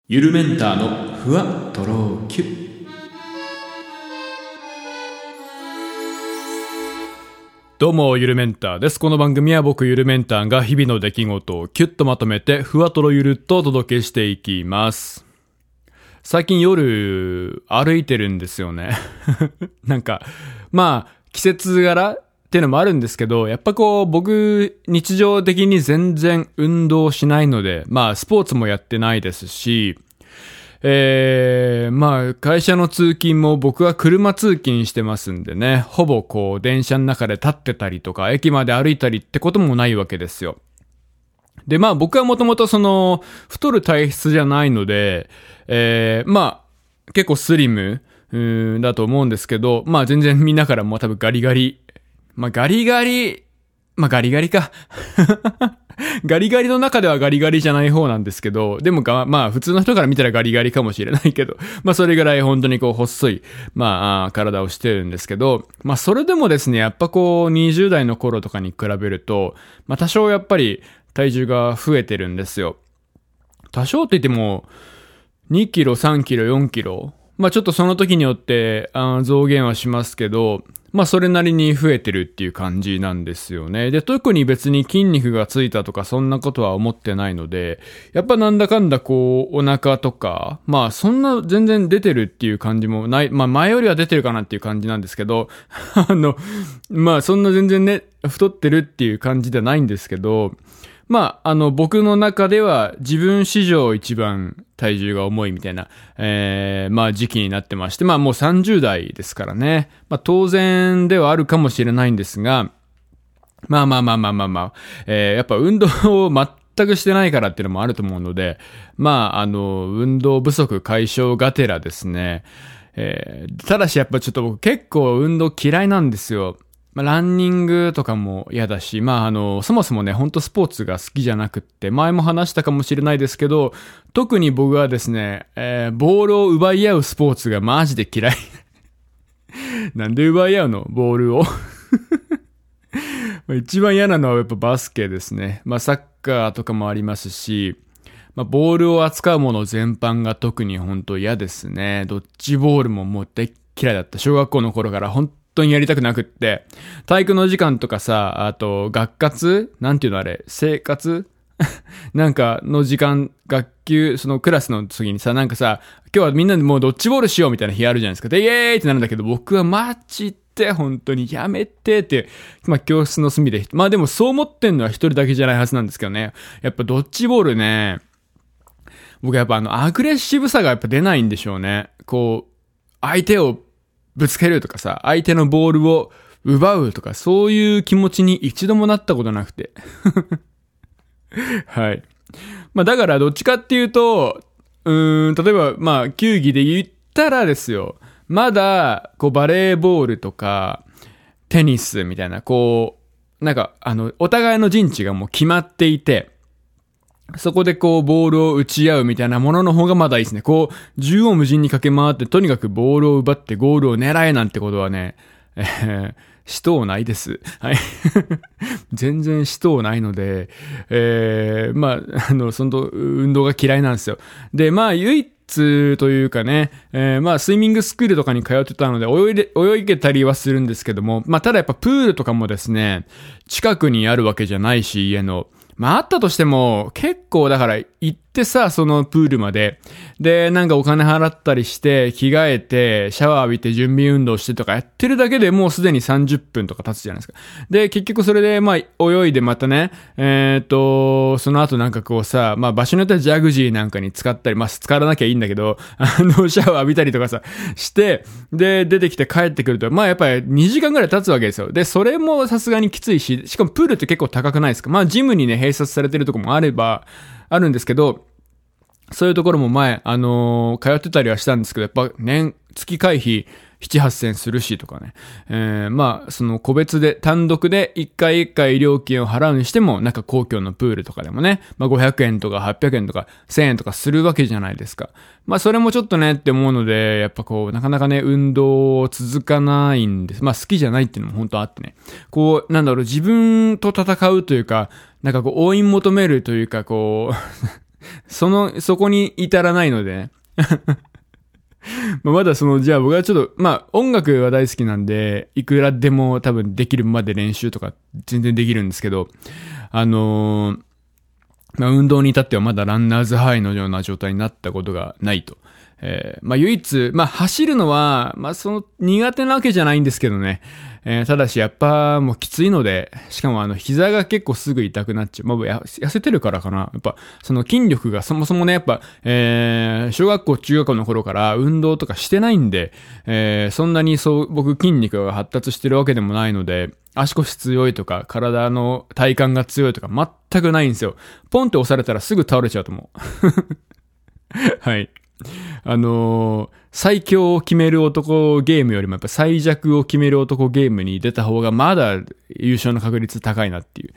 ゆるメンターのふわとろきゅ。どうもゆるメンターです。この番組は僕ゆるメンターが日々の出来事をキュッとまとめてふわとろゆるっとお届けしていきます。最近夜歩いてるんですよねなんか季節柄っていうのもあるんですけど、やっぱ僕日常的に全然運動しないので、スポーツもやってないですし、会社の通勤も僕は車通勤してますんでね、ほぼ電車の中で立ってたりとか駅まで歩いたりってこともないわけですよ。で僕はもともと太る体質じゃないので、結構スリムだと思うんですけど、全然みんなからも多分ガリガリガリガリかガリガリの中ではガリガリじゃない方なんですけど、でも普通の人から見たらガリガリかもしれないけど、それぐらい本当に細い体をしてるんですけど、それでもですね、やっぱ20代の頃とかに比べると多少やっぱり体重が増えてるんですよ。多少って言っても2キロ3キロ4キロ、ちょっとその時によって増減はしますけど、それなりに増えてるっていう感じなんですよね。で、特に別に筋肉がついたとかそんなことは思ってないので、やっぱなんだかんだお腹とか、そんな全然出てるっていう感じもない、前よりは出てるかなっていう感じなんですけど、そんな全然ね、太ってるっていう感じではないんですけど、僕の中では自分史上一番体重が重いみたいな、時期になってまして、もう30代ですからね。当然ではあるかもしれないんですが、やっぱ運動を全くしてないからっていうのもあると思うので、運動不足解消がてらですね、ただしやっぱちょっと僕結構運動嫌いなんですよ。ランニングとかも嫌だし、そもそもね、ほんとスポーツが好きじゃなくって、前も話したかもしれないですけど、特に僕はですね、ボールを奪い合うスポーツがマジで嫌い。なんで奪い合うの？ボールを。一番嫌なのはやっぱバスケですね。サッカーとかもありますし、ボールを扱うもの全般が特に本当嫌ですね。ドッジボールももう大っ嫌いだった。小学校の頃から本当にやりたくなくって、体育の時間とかさ、あと学活なんていうのあれ、生活の時間、学級、そのクラスの次にさ、今日はみんなでもうドッジボールしようみたいな日あるじゃないですか。で、イエーイってなるんだけど、僕はマジで本当にやめてって、教室の隅で、でもそう思ってんのは一人だけじゃないはずなんですけどね。やっぱドッジボールね、僕やっぱアグレッシブさがやっぱ出ないんでしょうね。相手をぶつけるとかさ、相手のボールを奪うとか、そういう気持ちに一度もなったことなくて。はい。だからどっちかっていうと、例えば球技で言ったらですよ、まだバレーボールとかテニスみたいなお互いの陣地がもう決まっていて、そこでボールを打ち合うみたいなものの方がまだいいですね。縦横無尽に駆け回ってとにかくボールを奪ってゴールを狙えなんてことはね、しとうないです。はい。全然しとうないので、その運動が嫌いなんですよ。で、唯一というかね、スイミングスクールとかに通ってたので泳げたりはするんですけども、ただやっぱプールとかもですね、近くにあるわけじゃないし、家の。あったとしても、結構だから行ってさ、そのプールまで。で、お金払ったりして、着替えて、シャワー浴びて準備運動してとかやってるだけでもうすでに30分とか経つじゃないですか。で、結局それで、泳いでまたね、その後場所によってはジャグジーなんかに使ったり、使わなきゃいいんだけど、シャワー浴びたりとかさ、して、で、出てきて帰ってくると、やっぱり2時間ぐらい経つわけですよ。で、それもさすがにきついし、しかもプールって結構高くないですか？ジムにね、併設されてるとこもあるんですけど、そういうところも前、通ってたりはしたんですけど、やっぱ月会費7、8千するしとかね。その個別で、単独で一回一回料金を払うにしても、公共のプールとかでもね、500円とか800円とか1000円とかするわけじゃないですか。それもちょっとねって思うので、やっぱなかなかね、運動続かないんです。好きじゃないっていうのも本当あってね。自分と戦うというか、追い求めるというか、 そこに至らないのでね。まだじゃあ僕はちょっと、音楽は大好きなんで、いくらでも多分できるまで練習とか全然できるんですけど、運動に至ってはまだランナーズハイのような状態になったことがないと。唯一、走るのは、苦手なわけじゃないんですけどね。ただし、やっぱ、もうきついので、しかも膝が結構すぐ痛くなっちゃう。痩せてるからかな。やっぱ、その筋力がそもそもね、やっぱ、小学校、中学校の頃から運動とかしてないんで、そんなに僕筋肉が発達してるわけでもないので、足腰強いとか、体の体幹が強いとか、全くないんですよ。ポンって押されたらすぐ倒れちゃうと思う。はい。最強を決める男ゲームよりもやっぱ最弱を決める男ゲームに出た方がまだ優勝の確率高いなっていう、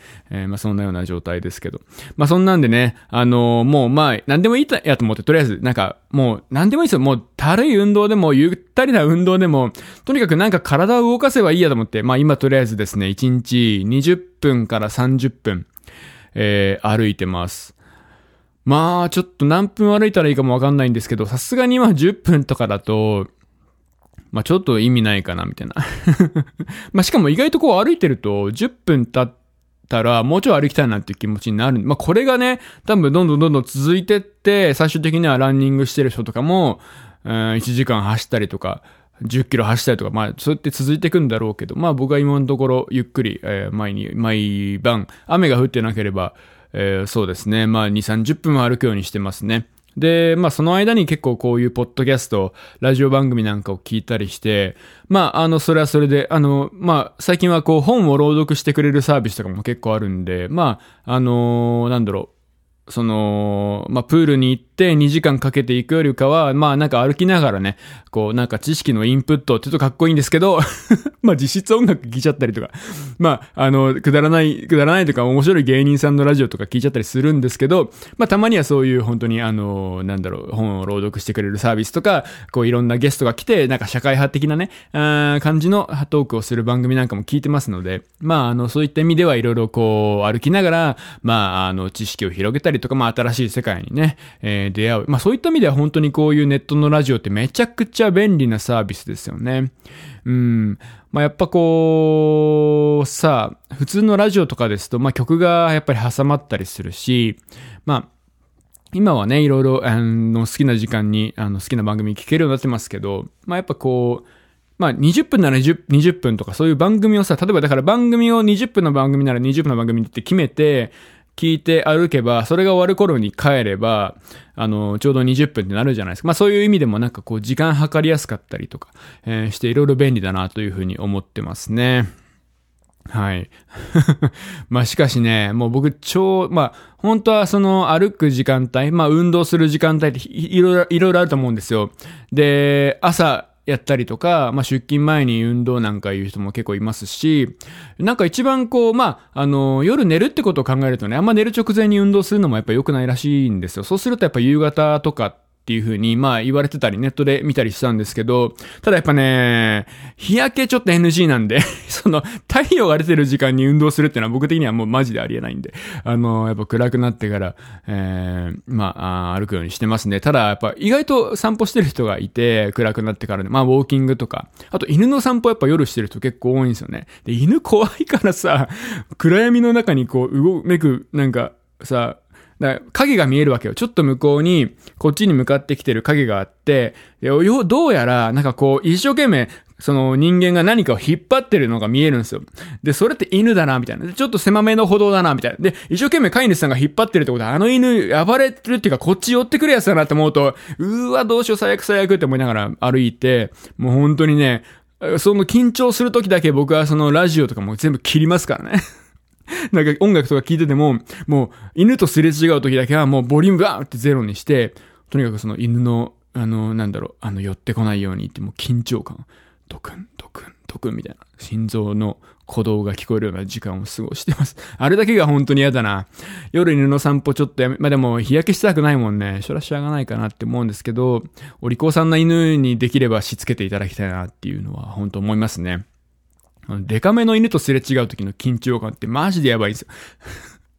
そんなような状態ですけど。そんなんでね、もう何でもいいやと思って、とりあえず、もう何でもいいですよ。もう、たるい運動でも、ゆったりな運動でも、とにかく体を動かせばいいやと思って、今とりあえずですね、1日20分から30分、歩いてます。ちょっと何分歩いたらいいかもわかんないんですけど、さすがに10分とかだと、ちょっと意味ないかな、みたいな。しかも意外と歩いてると、10分経ったら、もうちょい歩きたいなっていう気持ちになる。これがね、多分どんどん続いてって、最終的にはランニングしてる人とかも、1時間走ったりとか、10キロ走ったりとか、そうやって続いていくんだろうけど、僕は今のところ、ゆっくり、毎晩、雨が降ってなければ、そうですね。2、30分は歩くようにしてますね。で、その間に結構こういうポッドキャスト、ラジオ番組なんかを聞いたりして、それはそれで、最近は本を朗読してくれるサービスとかも結構あるんで、なんだろう。プールに行って2時間かけていくよりかは、歩きながらね、知識のインプットって言うとかっこいいんですけど、実質音楽聴いちゃったりとか、くだらないとか面白い芸人さんのラジオとか聞いちゃったりするんですけど、たまにはそういう本当に本を朗読してくれるサービスとか、いろんなゲストが来て、社会派的なね、感じのトークをする番組なんかも聞いてますので、そういった意味ではいろいろ歩きながら、知識を広げたりとか、新しい世界にね、出会う。そういった意味では本当にこういうネットのラジオってめちゃくちゃ便利なサービスですよね。やっぱ普通のラジオとかですと、曲がやっぱり挟まったりするし、今はね、いろいろ、好きな時間に、好きな番組聞けるようになってますけど、やっぱ20分なら20分とかそういう番組を例えばだから番組を20分の番組なら20分の番組って決めて、聞いて歩けば、それが終わる頃に帰れば、ちょうど20分ってなるじゃないですか。そういう意味でも時間計りやすかったりとか、していろいろ便利だなというふうに思ってますね。はい。しかしね、もう僕本当は歩く時間帯、運動する時間帯っていろいろあると思うんですよ。で、朝、やったりとか、出勤前に運動なんかいう人も結構いますし、一番夜寝るってことを考えるとね、あんま寝る直前に運動するのもやっぱ良くないらしいんですよ。そうするとやっぱ夕方とかっていう風に言われてたりネットで見たりしたんですけど、ただやっぱね、日焼けちょっと NG なんで太陽が出てる時間に運動するっていうのは僕的にはもうマジでありえないんで、やっぱ暗くなってから、歩くようにしてますね。ただやっぱ意外と散歩してる人がいて、暗くなってからね、ウォーキングとか、あと犬の散歩やっぱ夜してる人結構多いんですよね。で、犬怖いからさ、暗闇の中にうめく、影が見えるわけよ。ちょっと向こうに、こっちに向かってきてる影があって、どうやら、一生懸命、人間が何かを引っ張ってるのが見えるんですよ。で、それって犬だな、みたいな。ちょっと狭めの歩道だな、みたいな。で、一生懸命飼い主さんが引っ張ってるってことは、犬暴れてるっていうか、こっち寄ってくるやつだなって思うと、どうしよう、最悪って思いながら歩いて、もう本当にね、緊張する時だけ僕はラジオとかも全部切りますからね。音楽とか聞いてても、もう犬とすれ違う時だけはもうボリュームバーンってゼロにして、とにかく犬の、寄ってこないようにってもう緊張感、ドクン、ドクン、ドクンみたいな、心臓の鼓動が聞こえるような時間を過ごしてます。あれだけが本当に嫌だな。夜犬の散歩ちょっとでも日焼けしたくないもんね。そらしゃがないかなって思うんですけど、お利口さんな犬にできればしつけていただきたいなっていうのは本当思いますね。デカめの犬とすれ違う時の緊張感ってマジでやばいんですよ。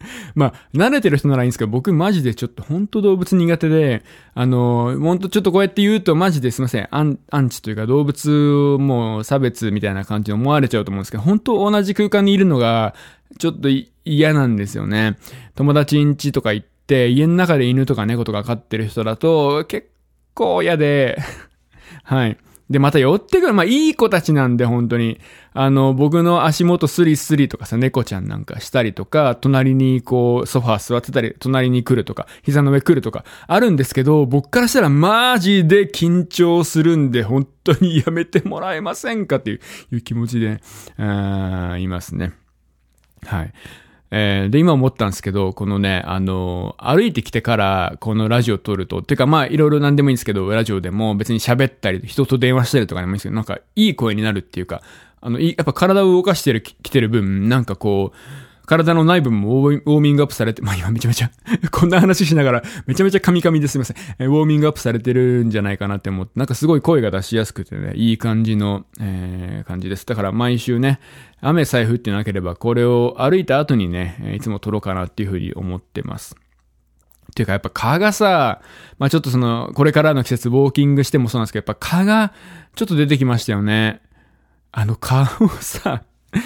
まあ、慣れてる人ならいいんですけど、僕マジでちょっと本当動物苦手で、本当ちょっとこうやって言うとマジですいません。アンチというか動物も差別みたいな感じに思われちゃうと思うんですけど、本当同じ空間にいるのがちょっと嫌なんですよね。友達ん家とか行って、家の中で犬とか猫とか飼ってる人だと結構嫌で、はい。で、また寄ってくる。まあ、いい子たちなんで、本当に。僕の足元スリスリとかさ、猫ちゃんなんかしたりとか、隣にこう、ソファー座ってたり、隣に来るとか、膝の上来るとか、あるんですけど、僕からしたらマジで緊張するんで、本当にやめてもらえませんかっていう気持ちで、いますね。はい。で、今思ったんですけど、このね、歩いてきてから、このラジオ撮ると、てかまあ、いろいろ何でもいいんですけど、ラジオでも別に喋ったり、人と電話したりとかでもいいんですけど、なんか、いい声になるっていうか、やっぱ体を動かしてきてる分、なんかこう、体の内部もウォーミングアップされて、まあ今めちゃめちゃこんな話しながら、めちゃめちゃカミカミですいません。ウォーミングアップされてるんじゃないかなって思って、なんかすごい声が出しやすくてね、いい感じの、感じです。だから毎週ね、雨さえ降ってなければ、これを歩いた後にね、いつも撮ろうかなっていうふうに思ってます。っていうかやっぱ蚊がさ、まあちょっとこれからの季節ウォーキングしてもそうなんですけど、やっぱ蚊がちょっと出てきましたよね。蚊をさ、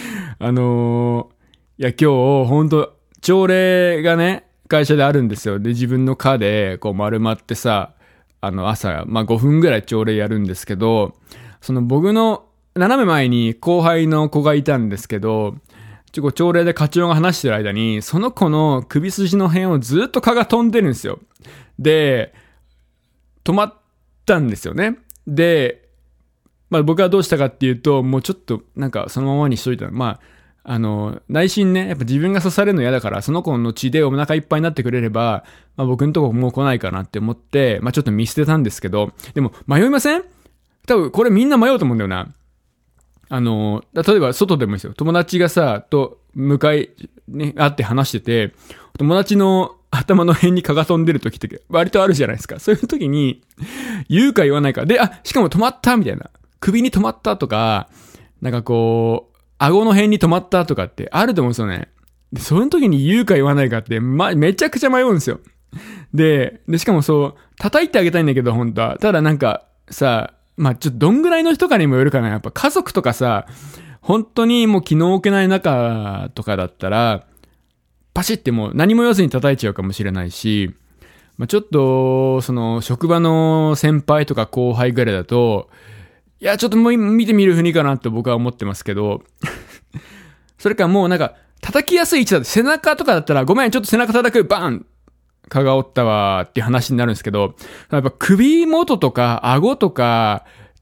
いや、今日、ほんと、朝礼がね、会社であるんですよ。で、自分の課で、こう丸まってさ、朝、まあ、5分ぐらい朝礼やるんですけど、僕の斜め前に後輩の子がいたんですけど、朝礼で課長が話してる間に、その子の首筋の辺をずっと蚊が飛んでるんですよ。で、止まったんですよね。で、まあ、僕はどうしたかっていうと、もうちょっと、なんか、そのままにしといた。まあ、内心ね、やっぱ自分が刺されるの嫌だから、その子の血でお腹いっぱいになってくれれば、まあ僕のとこもう来ないかなって思って、まあちょっと見捨てたんですけど、でも迷いません？多分これみんな迷うと思うんだよな。例えば外でもいいですよ。友達がさ、向かい、ね、会って話してて、友達の頭の辺に蚊が飛んでる時って割とあるじゃないですか。そういう時に、言うか言わないか。で、しかも止まったみたいな。首に止まったとか、なんかこう、顎の辺に止まったとかってあると思うんですよね。で、その時に言うか言わないかって、めちゃくちゃ迷うんですよ。で、しかも叩いてあげたいんだけど、本当は。ただなんか、さ、まあ、ちょっとどんぐらいの人かにもよるかな。やっぱ家族とかさ、本当にもう気の置けない中とかだったら、パシってもう何も言わずに叩いちゃうかもしれないし、まあ、ちょっと、職場の先輩とか後輩ぐらいだと、いや、ちょっともう見てみるふうにかなって僕は思ってますけど、それかもうなんか、叩きやすい位置だと背中とかだったら、ごめん、ちょっと背中叩く、バーン蚊がおったわっていう話になるんですけど、やっぱ首元とか顎とかって、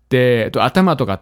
頭とかって、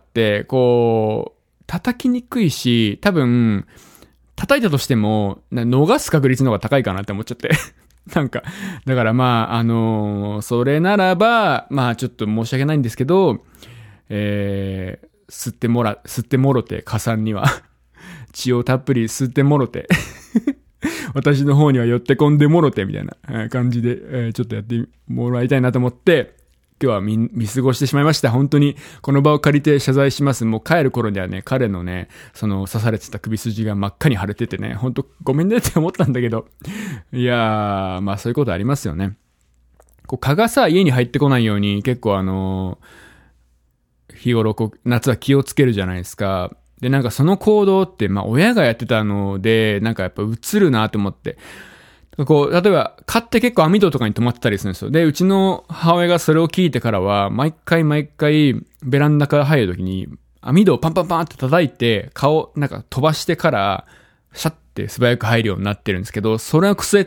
こう、叩きにくいし、多分、叩いたとしても、逃す確率の方が高いかなって思っちゃって。なんか、だからまあ、それならば、まあちょっと申し訳ないんですけど、吸ってもろて、蚊さんには。血をたっぷり吸ってもろて。私の方には寄ってこんでもろて、みたいな感じで、ちょっとやってもらいたいなと思って、今日は見過ごしてしまいました。本当に、この場を借りて謝罪します。もう帰る頃にはね、彼のね、刺されてた首筋が真っ赤に腫れててね、本当ごめんねって思ったんだけど。いやー、まあそういうことありますよね。蚊がさ、家に入ってこないように、結構日頃夏は気をつけるじゃないですか。で、なんかその行動って、まあ親がやってたので、なんかやっぱ映るなと思って。例えば、蚊って結構網戸とかに止まってたりするんですよ。で、うちの母親がそれを聞いてからは、毎回、ベランダから入るときに、網戸をパンパンパンって叩いて、蚊をなんか飛ばしてから、シャッて素早く入るようになってるんですけど、それの癖って、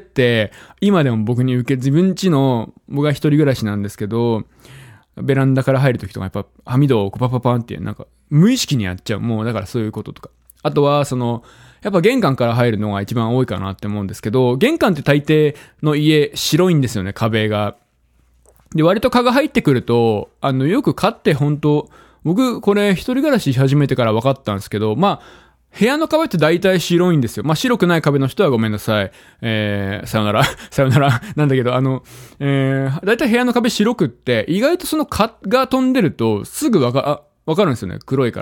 今でも僕が一人暮らしなんですけど、ベランダから入るときとかやっぱ網戸をパパパンってなんか無意識にやっちゃう。もうだからそういうこととか。あとはやっぱ玄関から入るのが一番多いかなって思うんですけど、玄関って大抵の家白いんですよね、壁が。で、割と蚊が入ってくると、よく蚊って本当僕これ一人暮らしし始めてから分かったんですけど、まあ、部屋の壁って大体白いんですよ。まあ、白くない壁の人はごめんなさい。さよなら。さよなら。なんだけど、大体部屋の壁白くって、意外と蚊が飛んでると、すぐわかるんですよね。黒いから。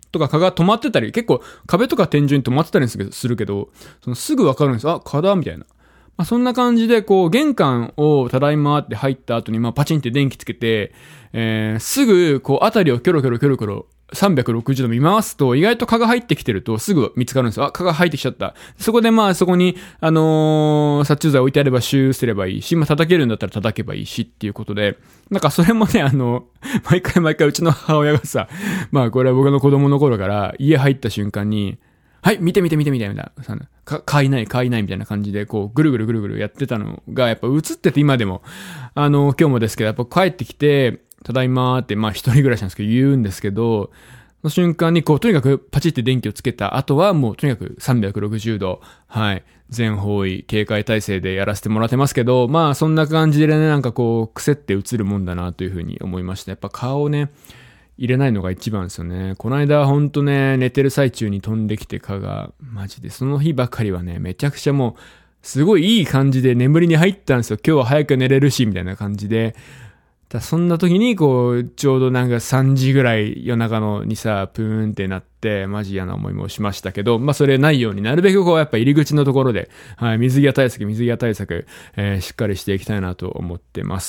とか蚊が止まってたり、結構壁とか天井に止まってたりするけど、すぐわかるんです。あ、蚊だみたいな。まあ、そんな感じで、玄関をただいまって入った後に、パチンって電気つけて、すぐ、辺りをキョロキョロ、360度見回すと、意外と蚊が入ってきてるとすぐ見つかるんですよ。あ、蚊が入ってきちゃった。そこでそこに、殺虫剤置いてあればシューすればいいし、叩けるんだったら叩けばいいしっていうことで、なんかそれもね、毎回うちの母親がさ、これは僕の子供の頃から家入った瞬間に、はい、見て、みたいな。蚊いない、みたいな感じで、ぐるぐるやってたのが、やっぱ映ってて今でも、今日もですけど、やっぱ帰ってきて、ただいまーって、一人暮らしなんですけど言うんですけど、その瞬間にとにかくパチって電気をつけた後はもうとにかく360度、はい、全方位警戒態勢でやらせてもらってますけど、そんな感じでね、なんか癖って映るもんだなというふうに思いました。やっぱ顔をね、入れないのが一番ですよね。この間ほんとね、寝てる最中に飛んできて蚊が、マジでその日ばかりはね、めちゃくちゃもう、すごいいい感じで眠りに入ったんですよ。今日は早く寝れるし、みたいな感じで。そんな時にちょうどなんか3時ぐらい夜中のにさ、プーンってなって、マジ嫌な思いもしましたけど、それないようになるべくやっぱ入り口のところで、はい、水際対策、しっかりしていきたいなと思ってます。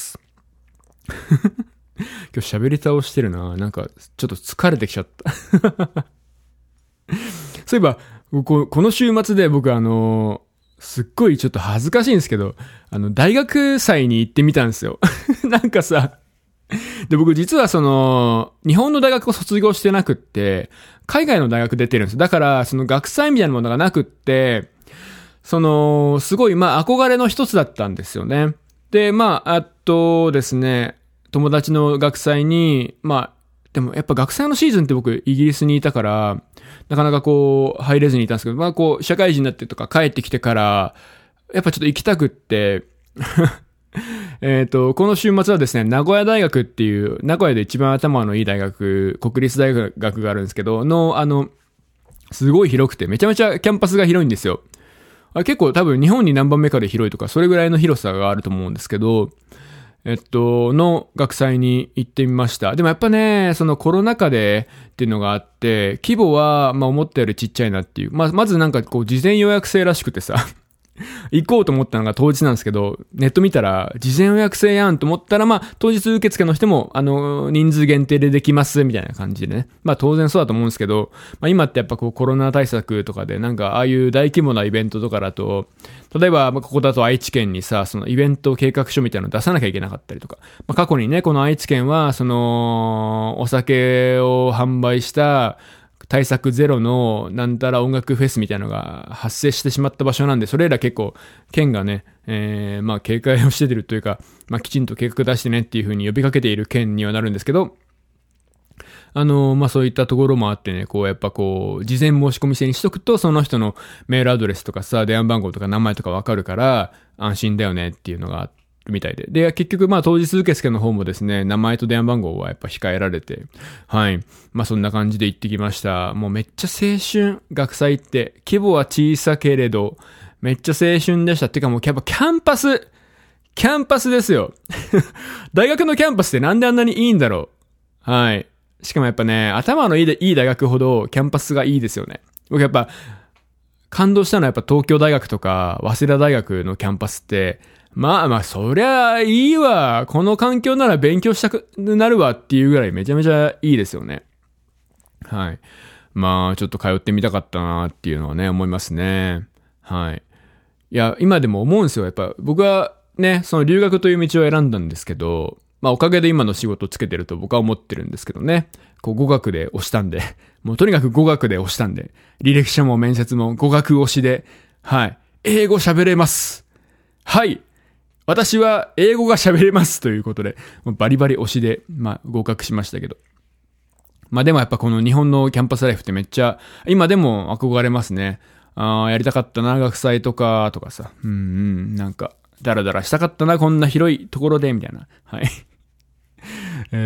今日喋り倒してるな。なんか、ちょっと疲れてきちゃった。そういえば、この週末で僕すっごいちょっと恥ずかしいんですけど、大学祭に行ってみたんですよ。なんかさ、で、僕実は日本の大学を卒業してなくって、海外の大学出てるんですよ。だから、学祭みたいなものがなくって、すごい、憧れの一つだったんですよね。で、あとですね、友達の学祭に、でもやっぱ学祭のシーズンって僕イギリスにいたから、なかなか入れずにいたんですけど、社会人になってとか帰ってきてから、やっぱちょっと行きたくって、この週末はですね、名古屋大学っていう、名古屋で一番頭のいい大学、国立大学があるんですけど、すごい広くて、めちゃめちゃキャンパスが広いんですよ。結構多分日本に何番目かで広いとか、それぐらいの広さがあると思うんですけど、の学祭に行ってみました。でもやっぱね、コロナ禍でっていうのがあって、規模は、思ったよりちっちゃいなっていう。まずなんか事前予約制らしくてさ、行こうと思ったのが当日なんですけど、ネット見たら、事前予約制やんと思ったら、当日受付の人も、人数限定でできます、みたいな感じでね。当然そうだと思うんですけど、今ってやっぱコロナ対策とかで、なんか、ああいう大規模なイベントとかだと、例えば、ここだと愛知県にさ、イベント計画書みたいなの出さなきゃいけなかったりとか。過去にね、この愛知県は、お酒を販売した、対策ゼロのなんたら音楽フェスみたいなのが発生してしまった場所なんで、それら結構県がね、警戒をしてるというか、きちんと計画出してねっていう風に呼びかけている県にはなるんですけど、そういったところもあってね、やっぱ事前申し込み制にしとくと、その人のメールアドレスとかさ、電話番号とか名前とかわかるから安心だよねっていうのがあって、みたいで。で、結局当日受付の方もですね、名前と電話番号はやっぱ控えられて、はい。そんな感じで行ってきました。もうめっちゃ青春、学祭って。規模は小さけれど、めっちゃ青春でした。ってかもうやっぱキャンパスですよ。大学のキャンパスってなんであんなにいいんだろう。はい。しかもやっぱね、頭のいい大学ほどキャンパスがいいですよね。僕やっぱ、感動したのはやっぱ東京大学とか、早稲田大学のキャンパスって、そりゃいいわ。この環境なら勉強したくなるわっていうぐらいめちゃめちゃいいですよね。はい。ちょっと通ってみたかったなっていうのはね、思いますね。はい。いや、今でも思うんですよ。やっぱ僕はね、留学という道を選んだんですけど、おかげで今の仕事をつけてると僕は思ってるんですけどね。語学で押したんで、もうとにかく語学で押したんで、履歴書も面接も語学押しで、はい。英語喋れます。はい。私は英語が喋れますということで、バリバリ推しで、合格しましたけど。でもやっぱこの日本のキャンパスライフってめっちゃ、今でも憧れますね。やりたかったな、学祭とかさ。なんか、ダラダラしたかったな、こんな広いところで、みたいな。はい。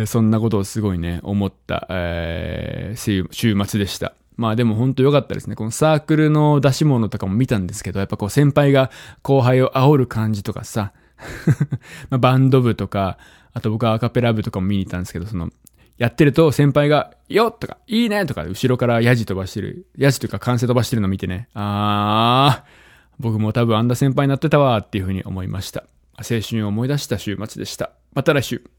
そんなことをすごいね、思った、週末でした。でも本当良かったですね。このサークルの出し物とかも見たんですけど、やっぱ先輩が後輩を煽る感じとかさ、バンド部とか、あと僕はアカペラ部とかも見に行ったんですけど、 やってると先輩が、よっとか、いいねとか、後ろからヤジというか歓声飛ばしてるのを見てね、僕も多分あんな先輩になってたわっていう風に思いました。青春を思い出した週末でした。また来週。